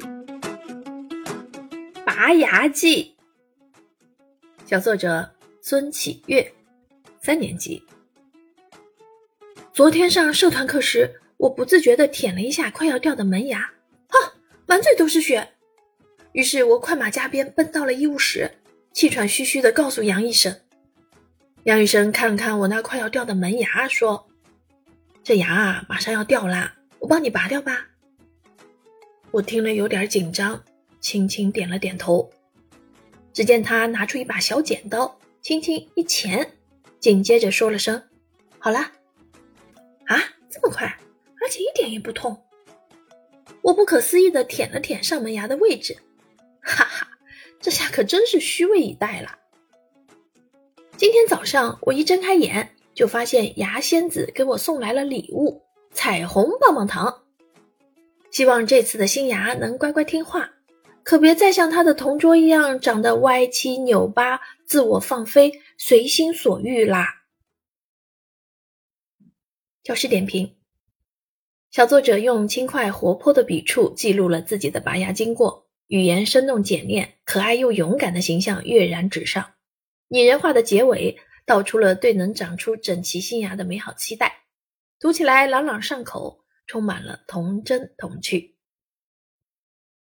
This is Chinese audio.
拔牙记，小作者孙启月，3年级。昨天上社团课时，我不自觉地舔了一下快要掉的门牙，满嘴都是血。于是我快马加鞭奔到了医务室，气喘吁吁地告诉杨医生。杨医生看了看我那快要掉的门牙，说：“这牙啊，马上要掉啦，我帮你拔掉吧。”我听了有点紧张，轻轻点了点头。只见他拿出一把小剪刀，轻轻一钳，紧接着说了声：“好啦。”啊，这么快，而且一点也不痛。我不可思议地舔了舔上门牙的位置，哈哈，这下可真是虚位以待了。今天早上我一睁开眼，就发现牙仙子给我送来了礼物——彩虹棒棒糖。希望这次的新牙能乖乖听话，可别再像他的同桌一样长得歪七扭八，自我放飞，随心所欲啦。教师点评：小作者用轻快活泼的笔触记录了自己的拔牙经过，语言生动简练，可爱又勇敢的形象跃然纸上。拟人化的结尾道出了对能长出整齐新牙的美好期待，读起来朗朗上口，充满了童真童趣。